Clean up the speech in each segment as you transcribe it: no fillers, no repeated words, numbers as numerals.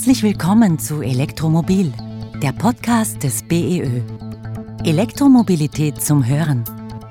Herzlich willkommen zu Elektromobil, der Podcast des BEÖ. Elektromobilität zum Hören.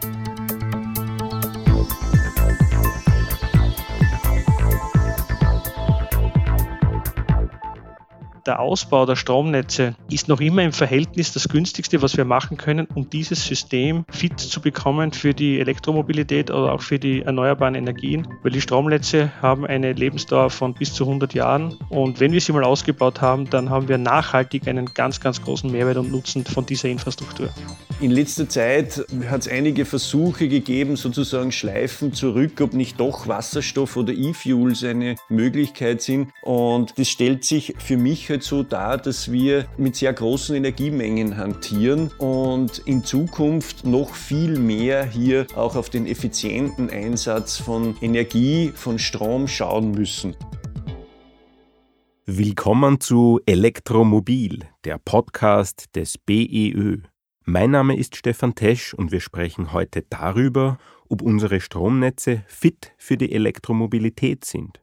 Der Ausbau der Stromnetze ist noch immer im Verhältnis das günstigste, was wir machen können, um dieses System fit zu bekommen für die Elektromobilität oder auch für die erneuerbaren Energien, weil die Stromnetze haben eine Lebensdauer von bis zu 100 Jahren und wenn wir sie mal ausgebaut haben, dann haben wir nachhaltig einen ganz großen Mehrwert und Nutzen von dieser Infrastruktur. In letzter Zeit hat es einige Versuche gegeben, sozusagen Schleifen zurück, ob nicht doch Wasserstoff oder E-Fuels eine Möglichkeit sind. Und das stellt sich für mich halt so dar, dass wir mit sehr großen Energiemengen hantieren und in Zukunft noch viel mehr hier auch auf den effizienten Einsatz von Energie, von Strom schauen müssen. Willkommen zu Elektromobil, der Podcast des BEÖ. Mein Name ist Stefan Tesch und wir sprechen heute darüber, ob unsere Stromnetze fit für die Elektromobilität sind.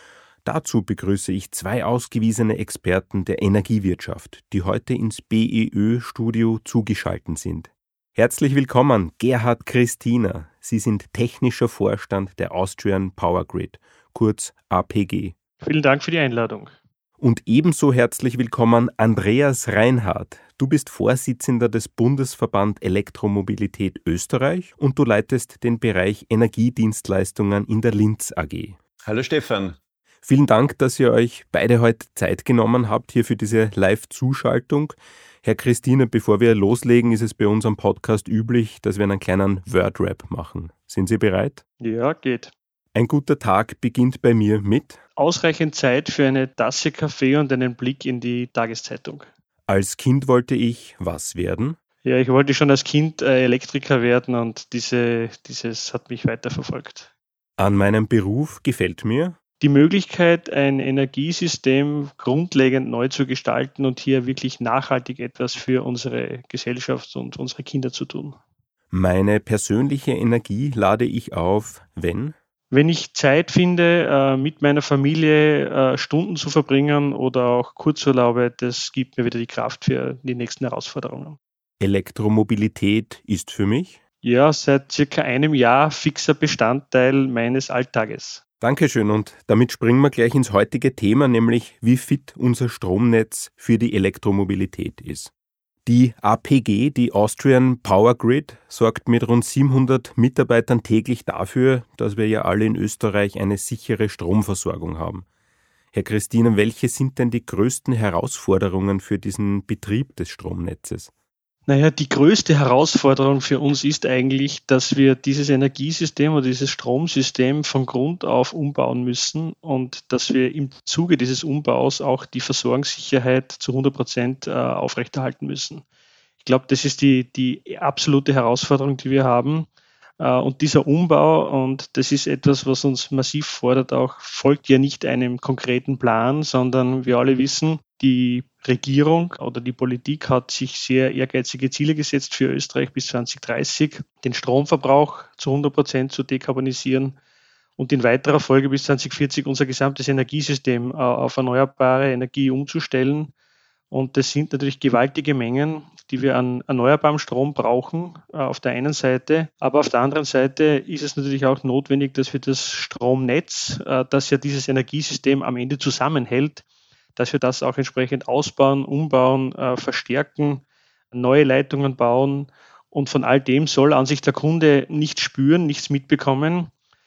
Dazu begrüße ich zwei ausgewiesene Experten der Energiewirtschaft, die heute ins BEÖ-Studio zugeschaltet sind. Herzlich willkommen, Gerhard Christina. Sie sind technischer Vorstand der Austrian Power Grid, kurz APG. Vielen Dank für die Einladung. Und ebenso herzlich willkommen Andreas Reinhardt. Du bist Vorsitzender des Bundesverband Elektromobilität Österreich und du leitest den Bereich Energiedienstleistungen in der Linz AG. Hallo Stefan. Vielen Dank, dass ihr euch beide heute Zeit genommen habt hier für diese Live-Zuschaltung. Herr Christina, bevor wir loslegen, ist es bei uns am Podcast üblich, dass wir einen kleinen Word-Rap machen. Sind Sie bereit? Ja, geht. Ein guter Tag beginnt bei mir mit ausreichend Zeit für eine Tasse Kaffee und einen Blick in die Tageszeitung. Als Kind wollte ich was werden? Ja, ich wollte schon als Kind Elektriker werden und dieses hat mich weiterverfolgt. An meinem Beruf gefällt mir die Möglichkeit, ein Energiesystem grundlegend neu zu gestalten und hier wirklich nachhaltig etwas für unsere Gesellschaft und unsere Kinder zu tun. Meine persönliche Energie lade ich auf, wenn ich Zeit finde, mit meiner Familie Stunden zu verbringen oder auch Kurzurlaube, das gibt mir wieder die Kraft für die nächsten Herausforderungen. Elektromobilität ist für mich? Ja, seit circa einem Jahr fixer Bestandteil meines Alltages. Dankeschön und damit springen wir gleich ins heutige Thema, nämlich wie fit unser Stromnetz für die Elektromobilität ist. Die APG, die Austrian Power Grid, sorgt mit rund 700 Mitarbeitern täglich dafür, dass wir ja alle in Österreich eine sichere Stromversorgung haben. Herr Christina, welche sind denn die größten Herausforderungen für diesen Betrieb des Stromnetzes? Naja, die größte Herausforderung für uns ist eigentlich, dass wir dieses Energiesystem oder dieses Stromsystem von Grund auf umbauen müssen und dass wir im Zuge dieses Umbaus auch die Versorgungssicherheit zu 100% aufrechterhalten müssen. Ich glaube, das ist die absolute Herausforderung, die wir haben. Und dieser Umbau, und das ist etwas, was uns massiv fordert, auch folgt ja nicht einem konkreten Plan, sondern wir alle wissen, die Regierung oder die Politik hat sich sehr ehrgeizige Ziele gesetzt für Österreich bis 2030, den Stromverbrauch zu 100% zu dekarbonisieren und in weiterer Folge bis 2040 unser gesamtes Energiesystem auf erneuerbare Energie umzustellen. Und das sind natürlich gewaltige Mengen, die wir an erneuerbarem Strom brauchen, auf der einen Seite. Aber auf der anderen Seite ist es natürlich auch notwendig, dass wir das Stromnetz, das ja dieses Energiesystem am Ende zusammenhält, dass wir das auch entsprechend ausbauen, umbauen, verstärken, neue Leitungen bauen. Und von all dem soll an sich der Kunde nichts spüren, nichts mitbekommen.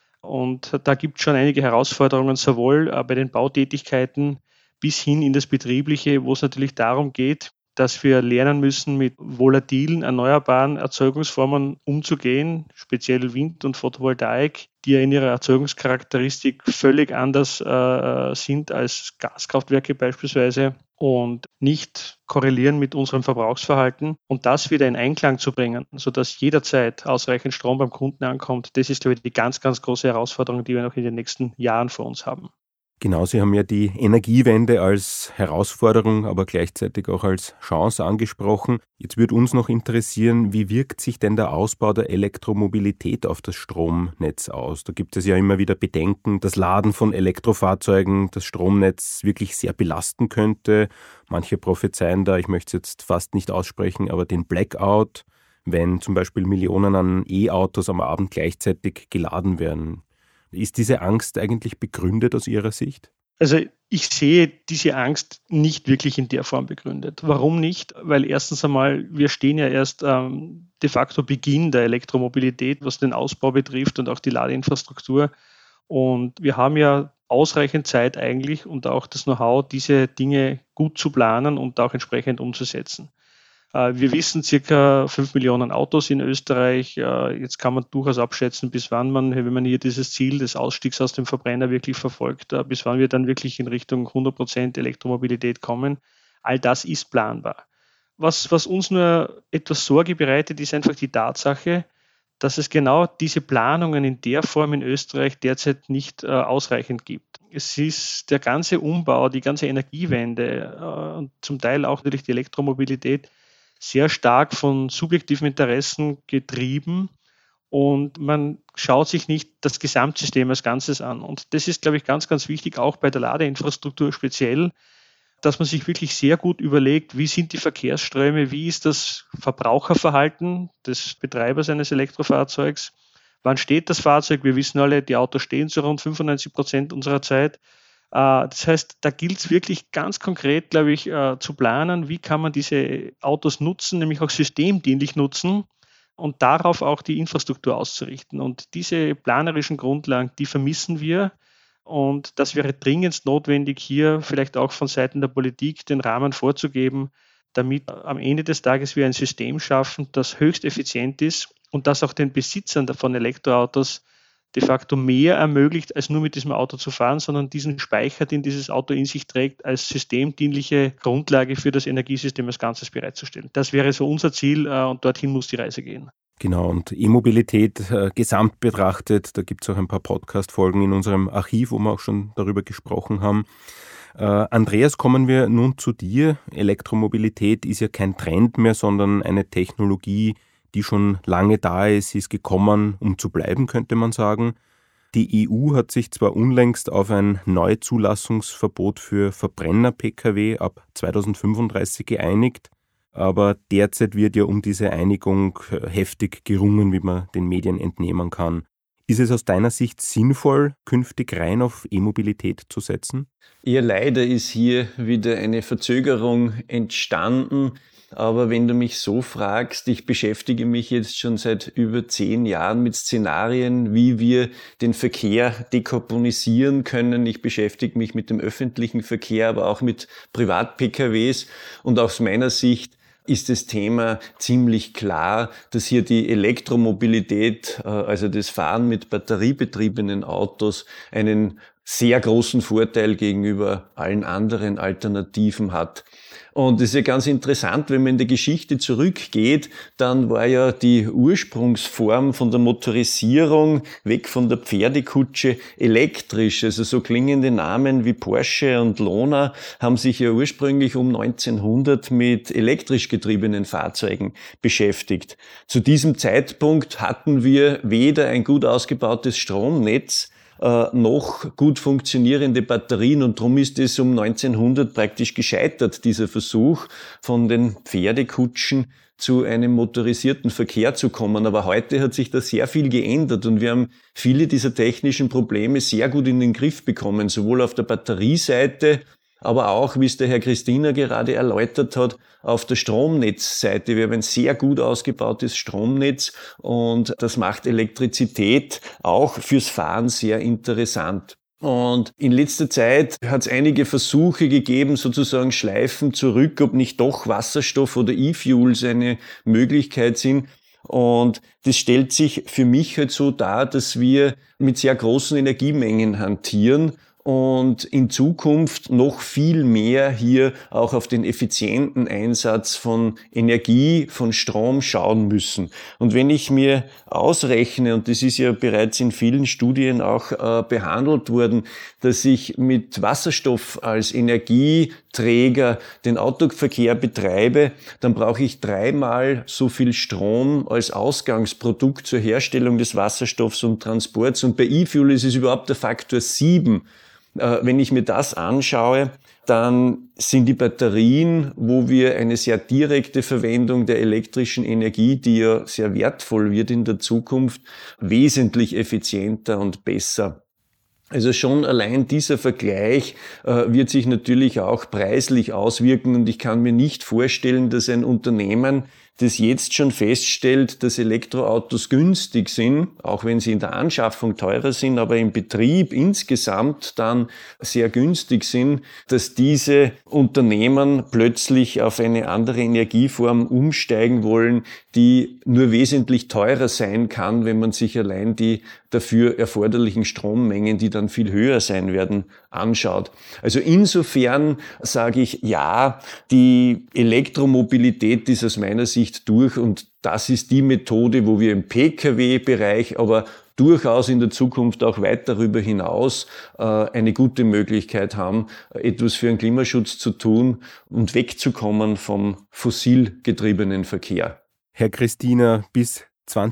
Und da gibt es schon einige Herausforderungen, sowohl bei den Bautätigkeiten bis hin in das Betriebliche, wo es natürlich darum geht, dass wir lernen müssen, mit volatilen, erneuerbaren Erzeugungsformen umzugehen, speziell Wind und Photovoltaik, die ja in ihrer Erzeugungscharakteristik völlig anders sind als Gaskraftwerke beispielsweise und nicht korrelieren mit unserem Verbrauchsverhalten. Und das wieder in Einklang zu bringen, sodass jederzeit ausreichend Strom beim Kunden ankommt, das ist, glaube ich, die ganz große Herausforderung, die wir noch in den nächsten Jahren vor uns haben. Genau, Sie haben ja die Energiewende als Herausforderung, aber gleichzeitig auch als Chance angesprochen. Jetzt würde uns noch interessieren, wie wirkt sich denn der Ausbau der Elektromobilität auf das Stromnetz aus? Da gibt es ja immer wieder Bedenken, das Laden von Elektrofahrzeugen das Stromnetz wirklich sehr belasten könnte. Manche prophezeien da, ich möchte es jetzt fast nicht aussprechen, aber den Blackout, wenn zum Beispiel Millionen an E-Autos am Abend gleichzeitig geladen werden. Ist diese Angst eigentlich begründet aus Ihrer Sicht? Also ich sehe diese Angst nicht wirklich in der Form begründet. Warum nicht? Weil erstens einmal, wir stehen ja erst de facto Beginn der Elektromobilität, was den Ausbau betrifft und auch die Ladeinfrastruktur. Und wir haben ja ausreichend Zeit eigentlich und auch das Know-how, diese Dinge gut zu planen und auch entsprechend umzusetzen. Wir wissen circa 5 Millionen Autos in Österreich. Jetzt kann man durchaus abschätzen, bis wann man, wenn man hier dieses Ziel des Ausstiegs aus dem Verbrenner wirklich verfolgt, bis wann wir dann wirklich in Richtung 100% Elektromobilität kommen. All das ist planbar. Was uns nur etwas Sorge bereitet, ist einfach die Tatsache, dass es genau diese Planungen in der Form in Österreich derzeit nicht ausreichend gibt. Es ist der ganze Umbau, die ganze Energiewende und zum Teil auch natürlich die Elektromobilität sehr stark von subjektiven Interessen getrieben und man schaut sich nicht das Gesamtsystem als Ganzes an. Und das ist, glaube ich, ganz, ganz wichtig, auch bei der Ladeinfrastruktur speziell, dass man sich wirklich sehr gut überlegt, wie sind die Verkehrsströme, wie ist das Verbraucherverhalten des Betreibers eines Elektrofahrzeugs, wann steht das Fahrzeug? Wir wissen alle, die Autos stehen zu rund 95% unserer Zeit. Das heißt, da gilt es wirklich ganz konkret, glaube ich, zu planen, wie kann man diese Autos nutzen, nämlich auch systemdienlich nutzen und darauf auch die Infrastruktur auszurichten. Und diese planerischen Grundlagen, die vermissen wir. Und das wäre dringend notwendig, hier vielleicht auch von Seiten der Politik den Rahmen vorzugeben, damit am Ende des Tages wir ein System schaffen, das höchst effizient ist und das auch den Besitzern von Elektroautos de facto mehr ermöglicht, als nur mit diesem Auto zu fahren, sondern diesen Speicher, den dieses Auto in sich trägt, als systemdienliche Grundlage für das Energiesystem als Ganzes bereitzustellen. Das wäre so unser Ziel und dorthin muss die Reise gehen. Genau, und E-Mobilität gesamt betrachtet, da gibt es auch ein paar Podcast-Folgen in unserem Archiv, wo wir auch schon darüber gesprochen haben. Andreas, kommen wir nun zu dir. Elektromobilität ist ja kein Trend mehr, sondern eine Technologie, die schon lange da ist. Sie ist gekommen, um zu bleiben, könnte man sagen. Die EU hat sich zwar unlängst auf ein Neuzulassungsverbot für Verbrenner-Pkw ab 2035 geeinigt, aber derzeit wird ja um diese Einigung heftig gerungen, wie man den Medien entnehmen kann. Ist es aus deiner Sicht sinnvoll, künftig rein auf E-Mobilität zu setzen? Ja, leider ist hier wieder eine Verzögerung entstanden. Aber wenn du mich so fragst, ich beschäftige mich jetzt schon seit über 10 Jahren mit Szenarien, wie wir den Verkehr dekarbonisieren können. Ich beschäftige mich mit dem öffentlichen Verkehr, aber auch mit Privat-PKWs. Und aus meiner Sicht ist das Thema ziemlich klar, dass hier die Elektromobilität, also das Fahren mit batteriebetriebenen Autos, einen sehr großen Vorteil gegenüber allen anderen Alternativen hat. Und es ist ja ganz interessant, wenn man in der Geschichte zurückgeht, dann war ja die Ursprungsform von der Motorisierung weg von der Pferdekutsche elektrisch. Also so klingende Namen wie Porsche und Lohner haben sich ja ursprünglich um 1900 mit elektrisch getriebenen Fahrzeugen beschäftigt. Zu diesem Zeitpunkt hatten wir weder ein gut ausgebautes Stromnetz, noch gut funktionierende Batterien und darum ist es um 1900 praktisch gescheitert, dieser Versuch von den Pferdekutschen zu einem motorisierten Verkehr zu kommen. Aber heute hat sich da sehr viel geändert und wir haben viele dieser technischen Probleme sehr gut in den Griff bekommen, sowohl auf der Batterieseite, aber auch, wie es der Herr Christina gerade erläutert hat, auf der Stromnetzseite. Wir haben ein sehr gut ausgebautes Stromnetz und das macht Elektrizität auch fürs Fahren sehr interessant. Und in letzter Zeit hat es einige Versuche gegeben, sozusagen Schleifen zurück, ob nicht doch Wasserstoff oder E-Fuels eine Möglichkeit sind. Und das stellt sich für mich halt so dar, dass wir mit sehr großen Energiemengen hantieren und in Zukunft noch viel mehr hier auch auf den effizienten Einsatz von Energie, von Strom schauen müssen. Und wenn ich mir ausrechne, und das ist ja bereits in vielen Studien auch behandelt worden, dass ich mit Wasserstoff als Energieträger den Autoverkehr betreibe, dann brauche ich 3-mal so viel Strom als Ausgangsprodukt zur Herstellung des Wasserstoffs und Transports. Und bei E-Fuel ist es überhaupt der Faktor 7. Wenn ich mir das anschaue, dann sind die Batterien, wo wir eine sehr direkte Verwendung der elektrischen Energie, die ja sehr wertvoll wird in der Zukunft, wesentlich effizienter und besser. Also schon allein dieser Vergleich wird sich natürlich auch preislich auswirken, und ich kann mir nicht vorstellen, dass ein Unternehmen, das jetzt schon feststellt, dass Elektroautos günstig sind, auch wenn sie in der Anschaffung teurer sind, aber im Betrieb insgesamt dann sehr günstig sind, dass diese Unternehmen plötzlich auf eine andere Energieform umsteigen wollen, die nur wesentlich teurer sein kann, wenn man sich allein die dafür erforderlichen Strommengen, die dann viel höher sein werden, anschaut. Also insofern sage ich, ja, die Elektromobilität ist aus meiner Sicht durch, und das ist die Methode, wo wir im Pkw-Bereich, aber durchaus in der Zukunft auch weit darüber hinaus eine gute Möglichkeit haben, etwas für den Klimaschutz zu tun und wegzukommen vom fossil getriebenen Verkehr. Herr Christiner, bis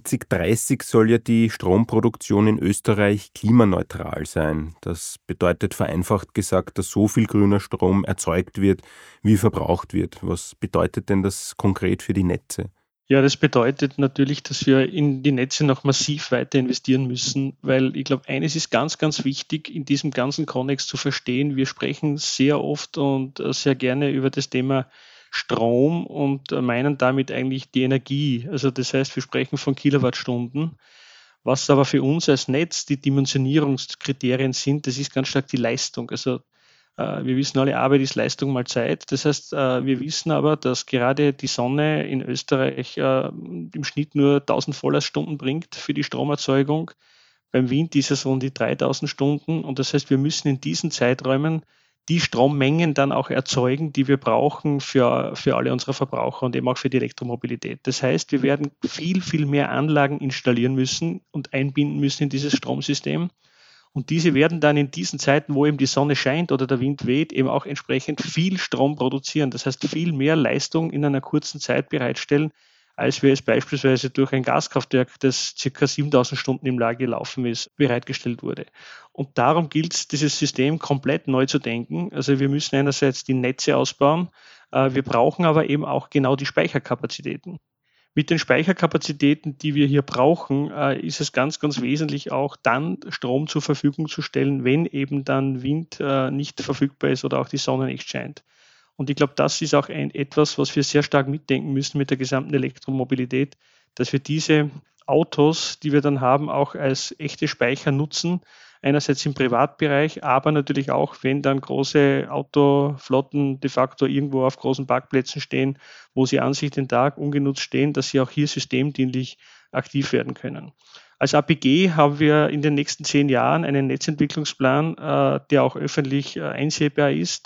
2030 soll ja die Stromproduktion in Österreich klimaneutral sein. Das bedeutet vereinfacht gesagt, dass so viel grüner Strom erzeugt wird, wie verbraucht wird. Was bedeutet denn das konkret für die Netze? Ja, das bedeutet natürlich, dass wir in die Netze noch massiv weiter investieren müssen, weil ich glaube, eines ist ganz, ganz wichtig in diesem ganzen Kontext zu verstehen. Wir sprechen sehr oft und sehr gerne über das Thema Strom und meinen damit eigentlich die Energie. Also das heißt, wir sprechen von Kilowattstunden. Was aber für uns als Netz die Dimensionierungskriterien sind, das ist ganz stark die Leistung. Also wir wissen alle, Arbeit ist Leistung mal Zeit. Das heißt, wir wissen aber, dass gerade die Sonne in Österreich im Schnitt nur 1000 Volllaststunden bringt für die Stromerzeugung. Beim Wind ist es um die 3000 Stunden. Und das heißt, wir müssen in diesen Zeiträumen die Strommengen dann auch erzeugen, die wir brauchen für alle unsere Verbraucher und eben auch für die Elektromobilität. Das heißt, wir werden viel, viel mehr Anlagen installieren müssen und einbinden müssen in dieses Stromsystem. Und diese werden dann in diesen Zeiten, wo eben die Sonne scheint oder der Wind weht, eben auch entsprechend viel Strom produzieren. Das heißt, viel mehr Leistung in einer kurzen Zeit bereitstellen, als wir es beispielsweise durch ein Gaskraftwerk, das ca. 7000 Stunden im Jahr gelaufen ist, bereitgestellt wurde. Und darum gilt es, dieses System komplett neu zu denken. Also wir müssen einerseits die Netze ausbauen, wir brauchen aber eben auch genau die Speicherkapazitäten. Mit den Speicherkapazitäten, die wir hier brauchen, ist es ganz, ganz wesentlich auch dann Strom zur Verfügung zu stellen, wenn eben dann Wind nicht verfügbar ist oder auch die Sonne nicht scheint. Und ich glaube, das ist auch etwas, was wir sehr stark mitdenken müssen mit der gesamten Elektromobilität, dass wir diese Autos, die wir dann haben, auch als echte Speicher nutzen. Einerseits im Privatbereich, aber natürlich auch, wenn dann große Autoflotten de facto irgendwo auf großen Parkplätzen stehen, wo sie an sich den Tag ungenutzt stehen, dass sie auch hier systemdienlich aktiv werden können. Als APG haben wir in den nächsten 10 Jahren einen Netzentwicklungsplan, der auch öffentlich einsehbar ist,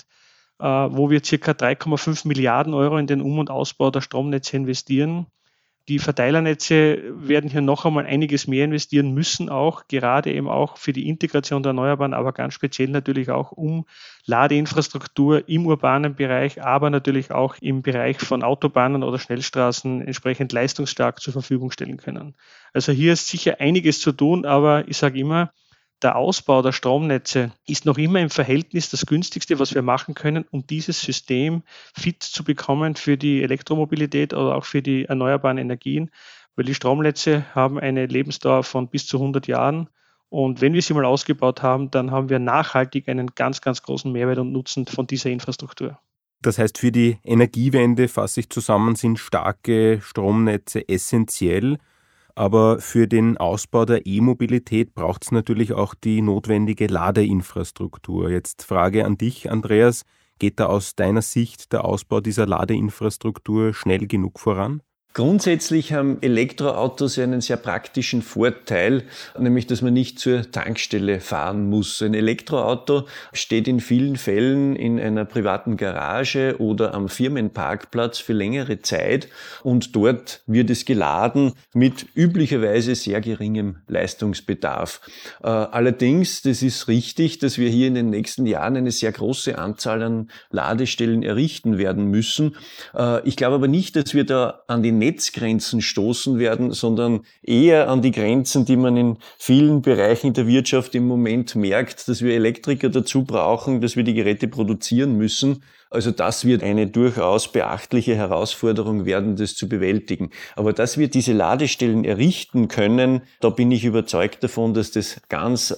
wo wir ca. 3,5 Milliarden Euro in den Um- und Ausbau der Stromnetze investieren. Die Verteilernetze werden hier noch einmal einiges mehr investieren müssen, auch gerade eben auch für die Integration der Erneuerbaren, aber ganz speziell natürlich auch um Ladeinfrastruktur im urbanen Bereich, aber natürlich auch im Bereich von Autobahnen oder Schnellstraßen entsprechend leistungsstark zur Verfügung stellen können. Also hier ist sicher einiges zu tun, aber ich sage immer, der Ausbau der Stromnetze ist noch immer im Verhältnis das günstigste, was wir machen können, um dieses System fit zu bekommen für die Elektromobilität oder auch für die erneuerbaren Energien, weil die Stromnetze haben eine Lebensdauer von bis zu 100 Jahren. Und wenn wir sie mal ausgebaut haben, dann haben wir nachhaltig einen ganz, ganz großen Mehrwert und Nutzen von dieser Infrastruktur. Das heißt, für die Energiewende, fasse ich zusammen, sind starke Stromnetze essentiell. Aber für den Ausbau der E-Mobilität braucht es natürlich auch die notwendige Ladeinfrastruktur. Jetzt Frage an dich, Andreas. Geht da aus deiner Sicht der Ausbau dieser Ladeinfrastruktur schnell genug voran? Grundsätzlich haben Elektroautos einen sehr praktischen Vorteil, nämlich dass man nicht zur Tankstelle fahren muss. Ein Elektroauto steht in vielen Fällen in einer privaten Garage oder am Firmenparkplatz für längere Zeit und dort wird es geladen mit üblicherweise sehr geringem Leistungsbedarf. Allerdings, das ist richtig, dass wir hier in den nächsten Jahren eine sehr große Anzahl an Ladestellen errichten werden müssen. Ich glaube aber nicht, dass wir da an die Netzgrenzen stoßen werden, sondern eher an die Grenzen, die man in vielen Bereichen der Wirtschaft im Moment merkt, dass wir Elektriker dazu brauchen, dass wir die Geräte produzieren müssen. Also das wird eine durchaus beachtliche Herausforderung werden, das zu bewältigen. Aber dass wir diese Ladestellen errichten können, da bin ich überzeugt davon, dass das ganz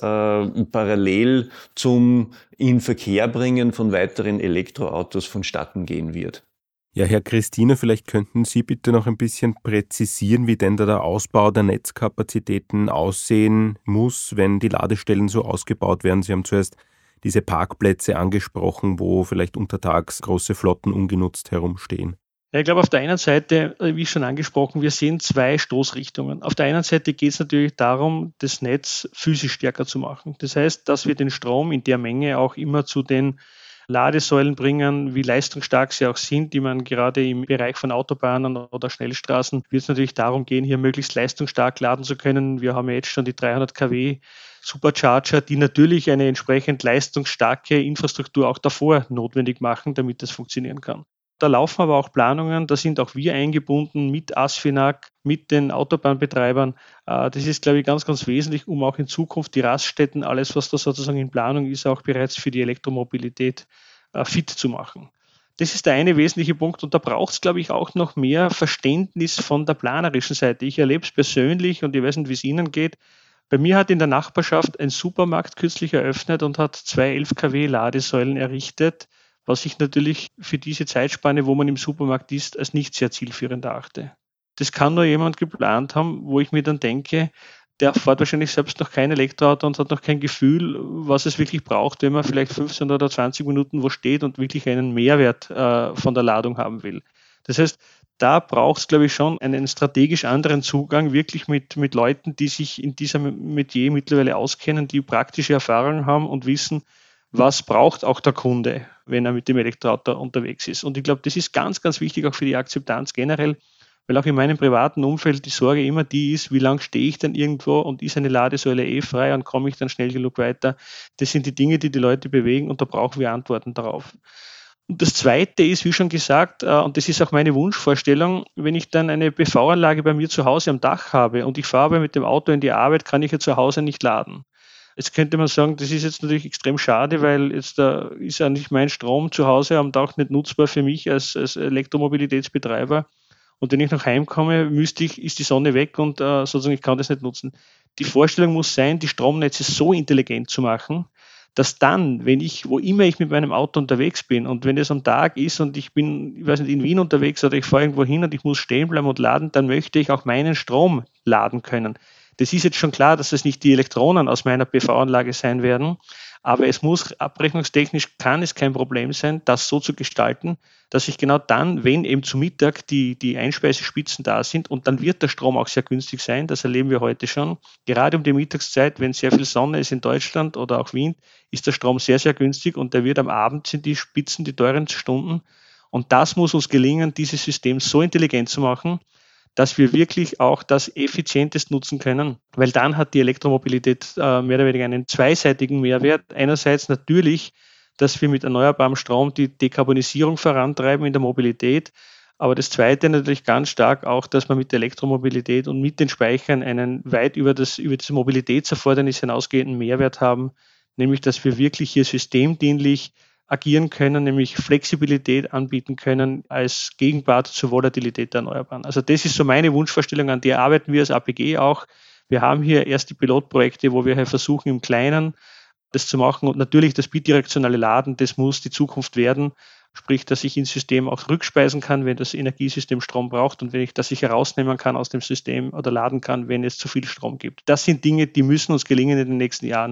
parallel zum Inverkehrbringen von weiteren Elektroautos vonstatten gehen wird. Ja, Herr Christiner, vielleicht könnten Sie bitte noch ein bisschen präzisieren, wie denn da der Ausbau der Netzkapazitäten aussehen muss, wenn die Ladestellen so ausgebaut werden. Sie haben zuerst diese Parkplätze angesprochen, wo vielleicht untertags große Flotten ungenutzt herumstehen. Ja, ich glaube, auf der einen Seite, wie schon angesprochen, wir sehen zwei Stoßrichtungen. Auf der einen Seite geht es natürlich darum, das Netz physisch stärker zu machen. Das heißt, dass wir den Strom in der Menge auch immer zu den Ladesäulen bringen, wie leistungsstark sie auch sind, die man gerade im Bereich von Autobahnen oder Schnellstraßen, wird es natürlich darum gehen, hier möglichst leistungsstark laden zu können. Wir haben ja jetzt schon die 300 kW Supercharger, die natürlich eine entsprechend leistungsstarke Infrastruktur auch davor notwendig machen, damit das funktionieren kann. Da laufen aber auch Planungen, da sind auch wir eingebunden mit ASFINAG, mit den Autobahnbetreibern. Das ist, glaube ich, ganz, ganz wesentlich, um auch in Zukunft die Raststätten, alles, was da sozusagen in Planung ist, auch bereits für die Elektromobilität fit zu machen. Das ist der eine wesentliche Punkt und da braucht es, glaube ich, auch noch mehr Verständnis von der planerischen Seite. Ich erlebe es persönlich und ich weiß nicht, wie es Ihnen geht. Bei mir hat in der Nachbarschaft ein Supermarkt kürzlich eröffnet und hat 2 11 kW Ladesäulen errichtet, was ich natürlich für diese Zeitspanne, wo man im Supermarkt ist, als nicht sehr zielführend erachte. Das kann nur jemand geplant haben, wo ich mir dann denke, der fährt wahrscheinlich selbst noch kein Elektroauto und hat noch kein Gefühl, was es wirklich braucht, wenn man vielleicht 15 oder 20 Minuten wo steht und wirklich einen Mehrwert von der Ladung haben will. Das heißt, da braucht es, glaube ich, schon einen strategisch anderen Zugang, wirklich mit Leuten, die sich in diesem Metier mittlerweile auskennen, die praktische Erfahrung haben und wissen, was braucht auch der Kunde, wenn er mit dem Elektroauto unterwegs ist. Und ich glaube, das ist ganz, ganz wichtig auch für die Akzeptanz generell, weil auch in meinem privaten Umfeld die Sorge immer die ist, wie lange stehe ich denn irgendwo und ist eine Ladesäule frei und komme ich dann schnell genug weiter. Das sind die Dinge, die die Leute bewegen und da brauchen wir Antworten darauf. Und das Zweite ist, wie schon gesagt, und das ist auch meine Wunschvorstellung, wenn ich dann eine PV-Anlage bei mir zu Hause am Dach habe und ich fahre mit dem Auto in die Arbeit, kann ich ja zu Hause nicht laden. Jetzt könnte man sagen, das ist jetzt natürlich extrem schade, weil jetzt da ist ja nicht mein Strom zu Hause am Dach nicht nutzbar für mich als Elektromobilitätsbetreiber. Und wenn ich nach Hause komme, ist die Sonne weg und sozusagen ich kann das nicht nutzen. Die Vorstellung muss sein, die Stromnetze so intelligent zu machen, dass dann, wo immer ich mit meinem Auto unterwegs bin und wenn es am Tag ist und ich bin, ich weiß nicht, in Wien unterwegs oder ich fahre irgendwo hin und ich muss stehen bleiben und laden, dann möchte ich auch meinen Strom laden können. Das ist jetzt schon klar, dass es nicht die Elektronen aus meiner PV-Anlage sein werden, aber es muss abrechnungstechnisch, kann es kein Problem sein, das so zu gestalten, dass ich genau dann, wenn eben zu Mittag die Einspeisespitzen da sind und dann wird der Strom auch sehr günstig sein, das erleben wir heute schon. Gerade um die Mittagszeit, wenn sehr viel Sonne ist in Deutschland oder auch Wien, ist der Strom sehr, sehr günstig und der wird am Abend sind die Spitzen, die teuren Stunden und das muss uns gelingen, dieses System so intelligent zu machen, dass wir wirklich auch das effizientest nutzen können, weil dann hat die Elektromobilität mehr oder weniger einen zweiseitigen Mehrwert. Einerseits natürlich, dass wir mit erneuerbarem Strom die Dekarbonisierung vorantreiben in der Mobilität, aber das Zweite natürlich ganz stark auch, dass man mit der Elektromobilität und mit den Speichern einen weit über das Mobilitätserfordernis hinausgehenden Mehrwert haben, nämlich dass wir wirklich hier systemdienlich agieren können, nämlich Flexibilität anbieten können als Gegenpart zur Volatilität der Erneuerbaren. Also das ist so meine Wunschvorstellung, an der arbeiten wir als APG auch. Wir haben hier erste Pilotprojekte, wo wir halt versuchen, im Kleinen das zu machen und natürlich das bidirektionale Laden, das muss die Zukunft werden, sprich, dass ich ins System auch rückspeisen kann, wenn das Energiesystem Strom braucht und dass ich herausnehmen kann aus dem System oder laden kann, wenn es zu viel Strom gibt. Das sind Dinge, die müssen uns gelingen in den nächsten Jahren,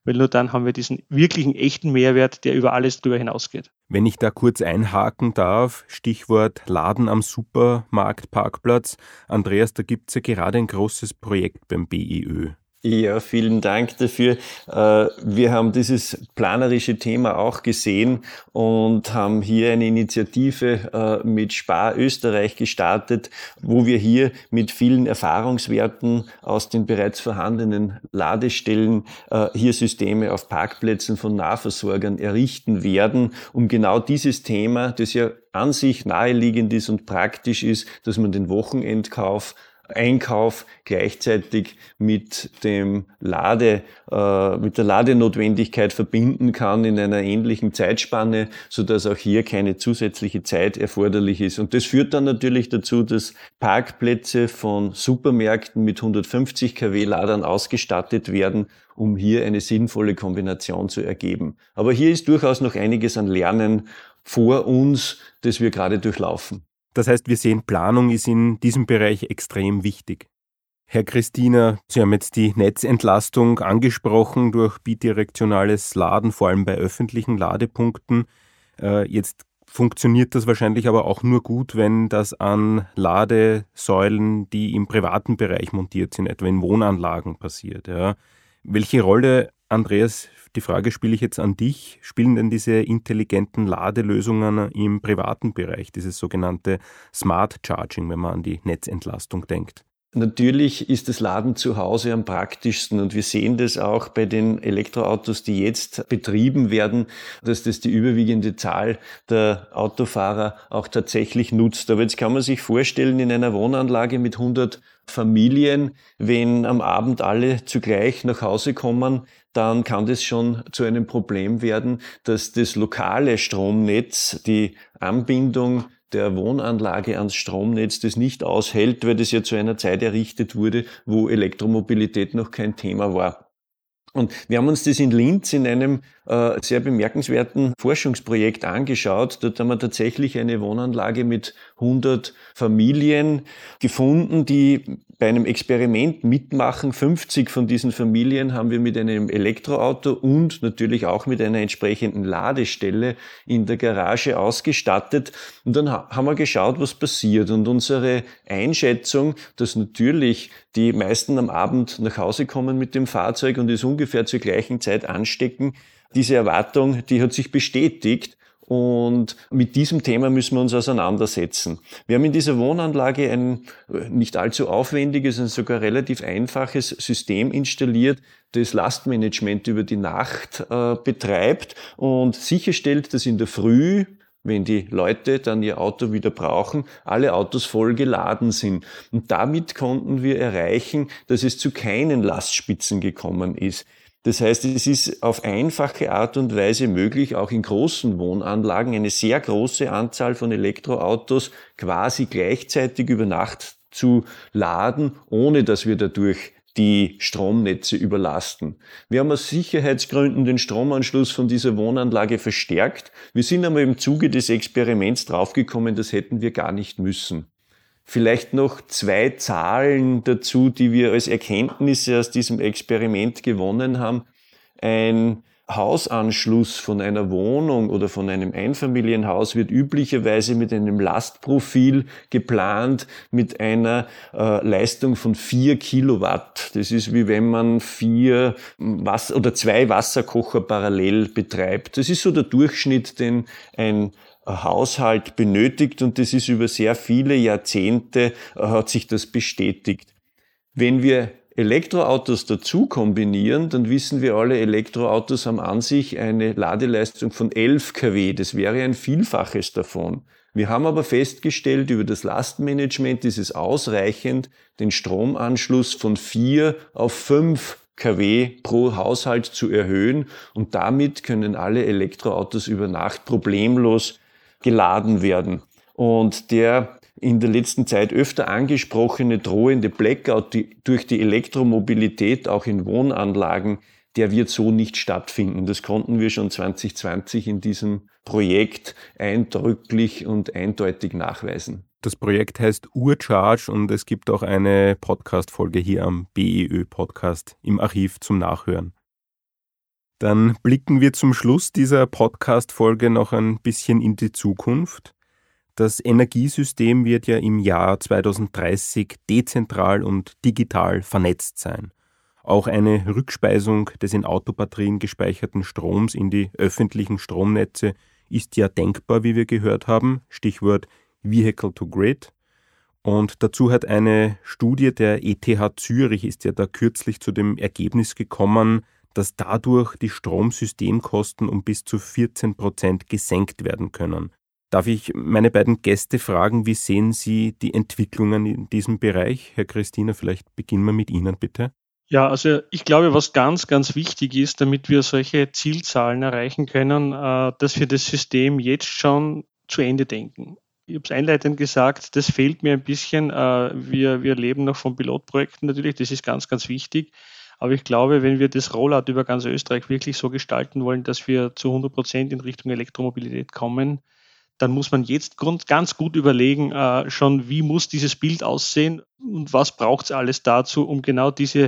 weil nur dann haben wir diesen wirklichen, echten Mehrwert, der über alles drüber hinausgeht. Wenn ich da kurz einhaken darf, Stichwort Laden am Supermarktparkplatz. Andreas, da gibt es ja gerade ein großes Projekt beim BEÖ. Ja, vielen Dank dafür. Wir haben dieses planerische Thema auch gesehen und haben hier eine Initiative mit Spar Österreich gestartet, wo wir hier mit vielen Erfahrungswerten aus den bereits vorhandenen Ladestellen hier Systeme auf Parkplätzen von Nahversorgern errichten werden, um genau dieses Thema, das ja an sich naheliegend ist und praktisch ist, dass man den Einkauf gleichzeitig mit der Ladenotwendigkeit verbinden kann in einer ähnlichen Zeitspanne, sodass auch hier keine zusätzliche Zeit erforderlich ist. Und das führt dann natürlich dazu, dass Parkplätze von Supermärkten mit 150 kW Ladern ausgestattet werden, um hier eine sinnvolle Kombination zu ergeben. Aber hier ist durchaus noch einiges an Lernen vor uns, das wir gerade durchlaufen. Das heißt, wir sehen, Planung ist in diesem Bereich extrem wichtig. Herr Christiner, Sie haben jetzt die Netzentlastung angesprochen durch bidirektionales Laden, vor allem bei öffentlichen Ladepunkten. Jetzt funktioniert das wahrscheinlich aber auch nur gut, wenn das an Ladesäulen, die im privaten Bereich montiert sind, etwa in Wohnanlagen passiert. Ja. Welche Rolle, Andreas, die Frage spiele ich jetzt an dich, spielen denn diese intelligenten Ladelösungen im privaten Bereich, dieses sogenannte Smart Charging, wenn man an die Netzentlastung denkt? Natürlich ist das Laden zu Hause am praktischsten und wir sehen das auch bei den Elektroautos, die jetzt betrieben werden, dass das die überwiegende Zahl der Autofahrer auch tatsächlich nutzt. Aber jetzt kann man sich vorstellen, in einer Wohnanlage mit 100 Familien, wenn am Abend alle zugleich nach Hause kommen, dann kann das schon zu einem Problem werden, dass das lokale Stromnetz, die Anbindung der Wohnanlage ans Stromnetz das nicht aushält, weil das ja zu einer Zeit errichtet wurde, wo Elektromobilität noch kein Thema war. Und wir haben uns das in Linz in einem sehr bemerkenswerten Forschungsprojekt angeschaut. Dort haben wir tatsächlich eine Wohnanlage mit 100 Familien gefunden, die bei einem Experiment mitmachen. 50 von diesen Familien haben wir mit einem Elektroauto und natürlich auch mit einer entsprechenden Ladestelle in der Garage ausgestattet. Und dann haben wir geschaut, was passiert. Und unsere Einschätzung, dass natürlich die meisten am Abend nach Hause kommen mit dem Fahrzeug und es ungefähr zur gleichen Zeit anstecken, diese Erwartung, die hat sich bestätigt. Und mit diesem Thema müssen wir uns auseinandersetzen. Wir haben in dieser Wohnanlage ein nicht allzu aufwendiges und sogar relativ einfaches System installiert, das Lastmanagement über die Nacht betreibt und sicherstellt, dass in der Früh, wenn die Leute dann ihr Auto wieder brauchen, alle Autos voll geladen sind. Und damit konnten wir erreichen, dass es zu keinen Lastspitzen gekommen ist. Das heißt, es ist auf einfache Art und Weise möglich, auch in großen Wohnanlagen eine sehr große Anzahl von Elektroautos quasi gleichzeitig über Nacht zu laden, ohne dass wir dadurch die Stromnetze überlasten. Wir haben aus Sicherheitsgründen den Stromanschluss von dieser Wohnanlage verstärkt. Wir sind aber im Zuge des Experiments draufgekommen, das hätten wir gar nicht müssen. Vielleicht noch 2 Zahlen dazu, die wir als Erkenntnisse aus diesem Experiment gewonnen haben. Ein Hausanschluss von einer Wohnung oder von einem Einfamilienhaus wird üblicherweise mit einem Lastprofil geplant mit einer Leistung von 4 Kilowatt. Das ist wie wenn man 2 Wasserkocher parallel betreibt. Das ist so der Durchschnitt, den ein Haushalt benötigt und das ist über sehr viele Jahrzehnte hat sich das bestätigt. Wenn wir Elektroautos dazu kombinieren, dann wissen wir alle, Elektroautos haben an sich eine Ladeleistung von 11 kW. Das wäre ein Vielfaches davon. Wir haben aber festgestellt, über das Lastmanagement ist es ausreichend, den Stromanschluss von 4 auf 5 kW pro Haushalt zu erhöhen und damit können alle Elektroautos über Nacht problemlos geladen werden. Und der in der letzten Zeit öfter angesprochene drohende Blackout durch die Elektromobilität auch in Wohnanlagen, der wird so nicht stattfinden. Das konnten wir schon 2020 in diesem Projekt eindrücklich und eindeutig nachweisen. Das Projekt heißt Urcharge und es gibt auch eine Podcast-Folge hier am BEÖ-Podcast im Archiv zum Nachhören. Dann blicken wir zum Schluss dieser Podcast-Folge noch ein bisschen in die Zukunft. Das Energiesystem wird ja im Jahr 2030 dezentral und digital vernetzt sein. Auch eine Rückspeisung des in Autobatterien gespeicherten Stroms in die öffentlichen Stromnetze ist ja denkbar, wie wir gehört haben. Stichwort Vehicle to Grid. Und dazu hat eine Studie der ETH Zürich ist ja da kürzlich zu dem Ergebnis gekommen, dass dadurch die Stromsystemkosten um bis zu 14% gesenkt werden können. Darf ich meine beiden Gäste fragen, wie sehen Sie die Entwicklungen in diesem Bereich? Herr Christina, vielleicht beginnen wir mit Ihnen, bitte. Ja, also ich glaube, was ganz, ganz wichtig ist, damit wir solche Zielzahlen erreichen können, dass wir das System jetzt schon zu Ende denken. Ich habe es einleitend gesagt, das fehlt mir ein bisschen. Wir leben noch von Pilotprojekten natürlich, das ist ganz, ganz wichtig. Aber ich glaube, wenn wir das Rollout über ganz Österreich wirklich so gestalten wollen, dass wir zu 100% in Richtung Elektromobilität kommen, dann muss man jetzt ganz gut überlegen, schon wie muss dieses Bild aussehen und was braucht es alles dazu, um genau diese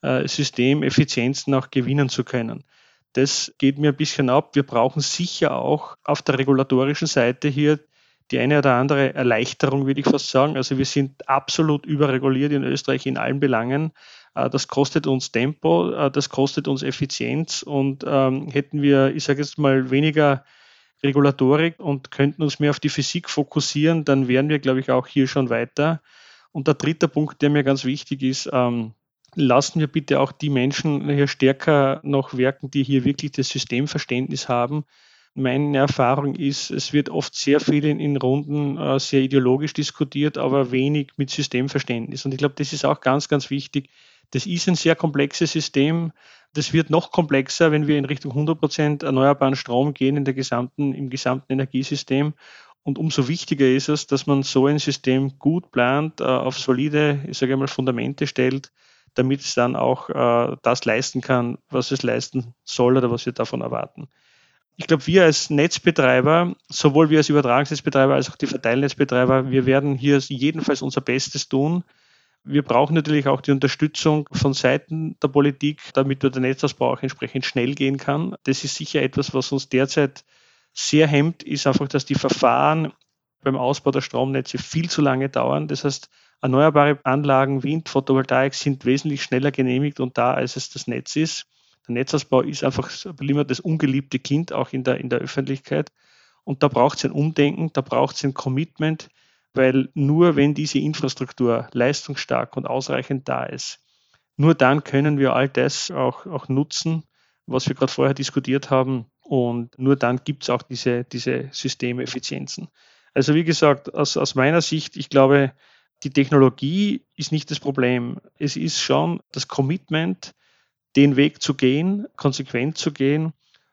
Systemeffizienzen auch gewinnen zu können. Das geht mir ein bisschen ab. Wir brauchen sicher auch auf der regulatorischen Seite hier die eine oder andere Erleichterung, würde ich fast sagen. Also wir sind absolut überreguliert in Österreich in allen Belangen. Das kostet uns Tempo, das kostet uns Effizienz und hätten wir, ich sage jetzt mal, weniger Regulatorik und könnten uns mehr auf die Physik fokussieren, dann wären wir, glaube ich, auch hier schon weiter. Und der dritte Punkt, der mir ganz wichtig ist, lassen wir bitte auch die Menschen hier stärker noch wirken, die hier wirklich das Systemverständnis haben. Meine Erfahrung ist, es wird oft sehr viel in Runden sehr ideologisch diskutiert, aber wenig mit Systemverständnis. Und ich glaube, das ist auch ganz, ganz wichtig. Das ist ein sehr komplexes System. Das wird noch komplexer, wenn wir in Richtung 100% erneuerbaren Strom gehen im gesamten Energiesystem. Und umso wichtiger ist es, dass man so ein System gut plant, auf solide, ich sage einmal, Fundamente stellt, damit es dann auch das leisten kann, was es leisten soll oder was wir davon erwarten. Ich glaube, wir als Netzbetreiber, sowohl wir als Übertragungsnetzbetreiber als auch die Verteilnetzbetreiber, wir werden hier jedenfalls unser Bestes tun. Wir brauchen natürlich auch die Unterstützung von Seiten der Politik, damit der Netzausbau auch entsprechend schnell gehen kann. Das ist sicher etwas, was uns derzeit sehr hemmt, ist einfach, dass die Verfahren beim Ausbau der Stromnetze viel zu lange dauern. Das heißt, erneuerbare Anlagen, Wind, Photovoltaik sind wesentlich schneller genehmigt und da, als es das Netz ist. Der Netzausbau ist einfach immer das ungeliebte Kind, auch in der Öffentlichkeit. Und da braucht es ein Umdenken, da braucht es ein Commitment, weil nur wenn diese Infrastruktur leistungsstark und ausreichend da ist, nur dann können wir all das auch nutzen, was wir gerade vorher diskutiert haben. Und nur dann gibt es auch diese Systemeffizienzen. Also wie gesagt, aus meiner Sicht, ich glaube, die Technologie ist nicht das Problem. Es ist schon das Commitment, den Weg zu gehen, konsequent zu gehen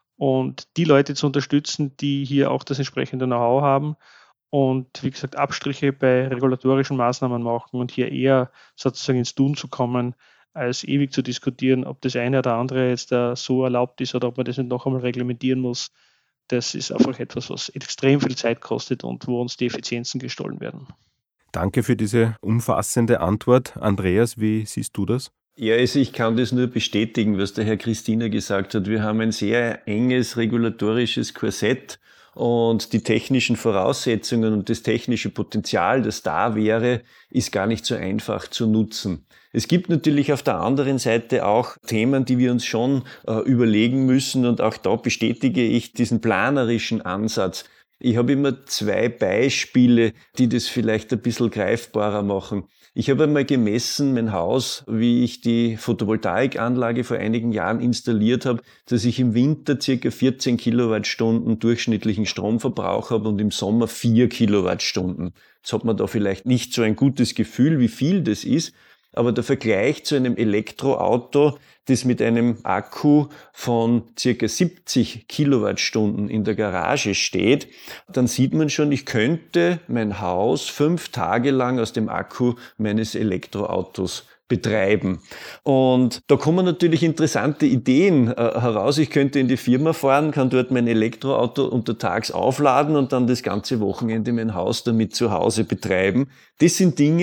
und die Leute zu unterstützen, die hier auch das entsprechende Know-how haben und wie gesagt Abstriche bei regulatorischen Maßnahmen machen und hier eher sozusagen ins Tun zu kommen, als ewig zu diskutieren, ob das eine oder andere jetzt so erlaubt ist oder ob man das nicht noch einmal reglementieren muss. Das ist einfach etwas, was extrem viel Zeit kostet und wo uns die Effizienzen gestohlen werden. Danke für diese umfassende Antwort. Andreas, wie siehst du das? Ja, also ich kann das nur bestätigen, was der Herr Christina gesagt hat. Wir haben ein sehr enges regulatorisches Korsett und die technischen Voraussetzungen und das technische Potenzial, das da wäre, ist gar nicht so einfach zu nutzen. Es gibt natürlich auf der anderen Seite auch Themen, die wir uns schon überlegen müssen und auch da bestätige ich diesen planerischen Ansatz. Ich habe immer zwei Beispiele, die das vielleicht ein bisschen greifbarer machen. Ich habe einmal gemessen, mein Haus, wie ich die Photovoltaikanlage vor einigen Jahren installiert habe, dass ich im Winter ca. 14 Kilowattstunden durchschnittlichen Stromverbrauch habe und im Sommer 4 Kilowattstunden. Jetzt hat man da vielleicht nicht so ein gutes Gefühl, wie viel das ist, aber der Vergleich zu einem Elektroauto, das mit einem Akku von circa 70 Kilowattstunden in der Garage steht, dann sieht man schon, ich könnte mein Haus 5 Tage lang aus dem Akku meines Elektroautos betreiben. Und da kommen natürlich interessante Ideen heraus. Ich könnte in die Firma fahren, kann dort mein Elektroauto untertags aufladen und dann das ganze Wochenende mein Haus damit zu Hause betreiben. Das sind Dinge,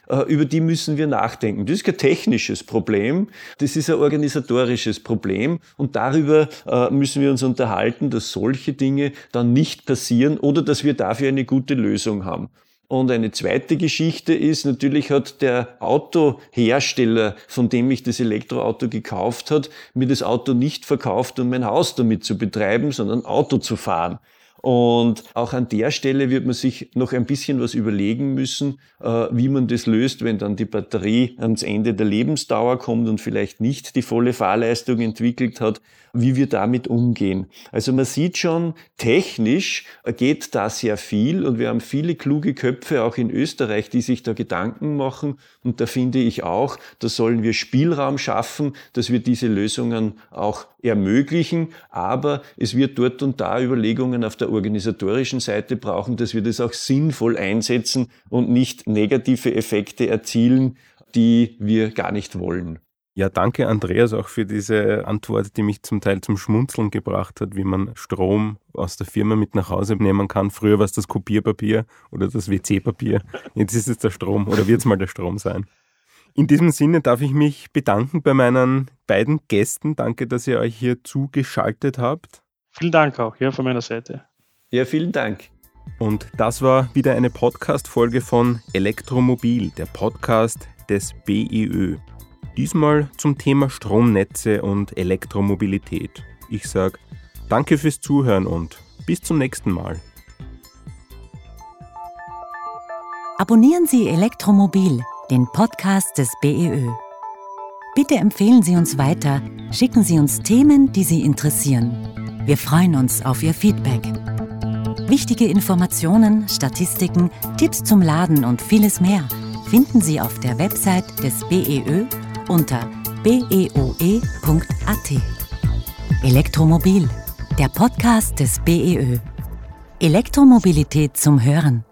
über die müssen wir nachdenken. Das ist kein technisches Problem, das ist ein organisatorisches Problem und darüber müssen wir uns unterhalten, dass solche Dinge dann nicht passieren oder dass wir dafür eine gute Lösung haben. Und eine zweite Geschichte ist, natürlich hat der Autohersteller, von dem ich das Elektroauto gekauft habe, mir das Auto nicht verkauft, um mein Haus damit zu betreiben, sondern Auto zu fahren. Und auch an der Stelle wird man sich noch ein bisschen was überlegen müssen, wie man das löst, wenn dann die Batterie ans Ende der Lebensdauer kommt und vielleicht nicht die volle Fahrleistung entwickelt hat, wie wir damit umgehen. Also man sieht schon, technisch geht da sehr viel und wir haben viele kluge Köpfe auch in Österreich, die sich da Gedanken machen. Und da finde ich auch, da sollen wir Spielraum schaffen, dass wir diese Lösungen auch ermöglichen. Aber es wird dort und da Überlegungen auf der organisatorischen Seite brauchen, dass wir das auch sinnvoll einsetzen und nicht negative Effekte erzielen, die wir gar nicht wollen. Ja, danke Andreas auch für diese Antwort, die mich zum Teil zum Schmunzeln gebracht hat, wie man Strom aus der Firma mit nach Hause nehmen kann. Früher war es das Kopierpapier oder das WC-Papier. Jetzt ist es der Strom oder wird es mal der Strom sein. In diesem Sinne darf ich mich bedanken bei meinen beiden Gästen. Danke, dass ihr euch hier zugeschaltet habt. Vielen Dank auch, ja, von meiner Seite. Ja, vielen Dank. Und das war wieder eine Podcast-Folge von Elektromobil, der Podcast des BEÖ. Diesmal zum Thema Stromnetze und Elektromobilität. Ich sage danke fürs Zuhören und bis zum nächsten Mal. Abonnieren Sie Elektromobil, den Podcast des BEÖ. Bitte empfehlen Sie uns weiter, schicken Sie uns Themen, die Sie interessieren. Wir freuen uns auf Ihr Feedback. Wichtige Informationen, Statistiken, Tipps zum Laden und vieles mehr finden Sie auf der Website des BEÖ unter beoe.at. Elektromobil, der Podcast des BEÖ. Elektromobilität zum Hören.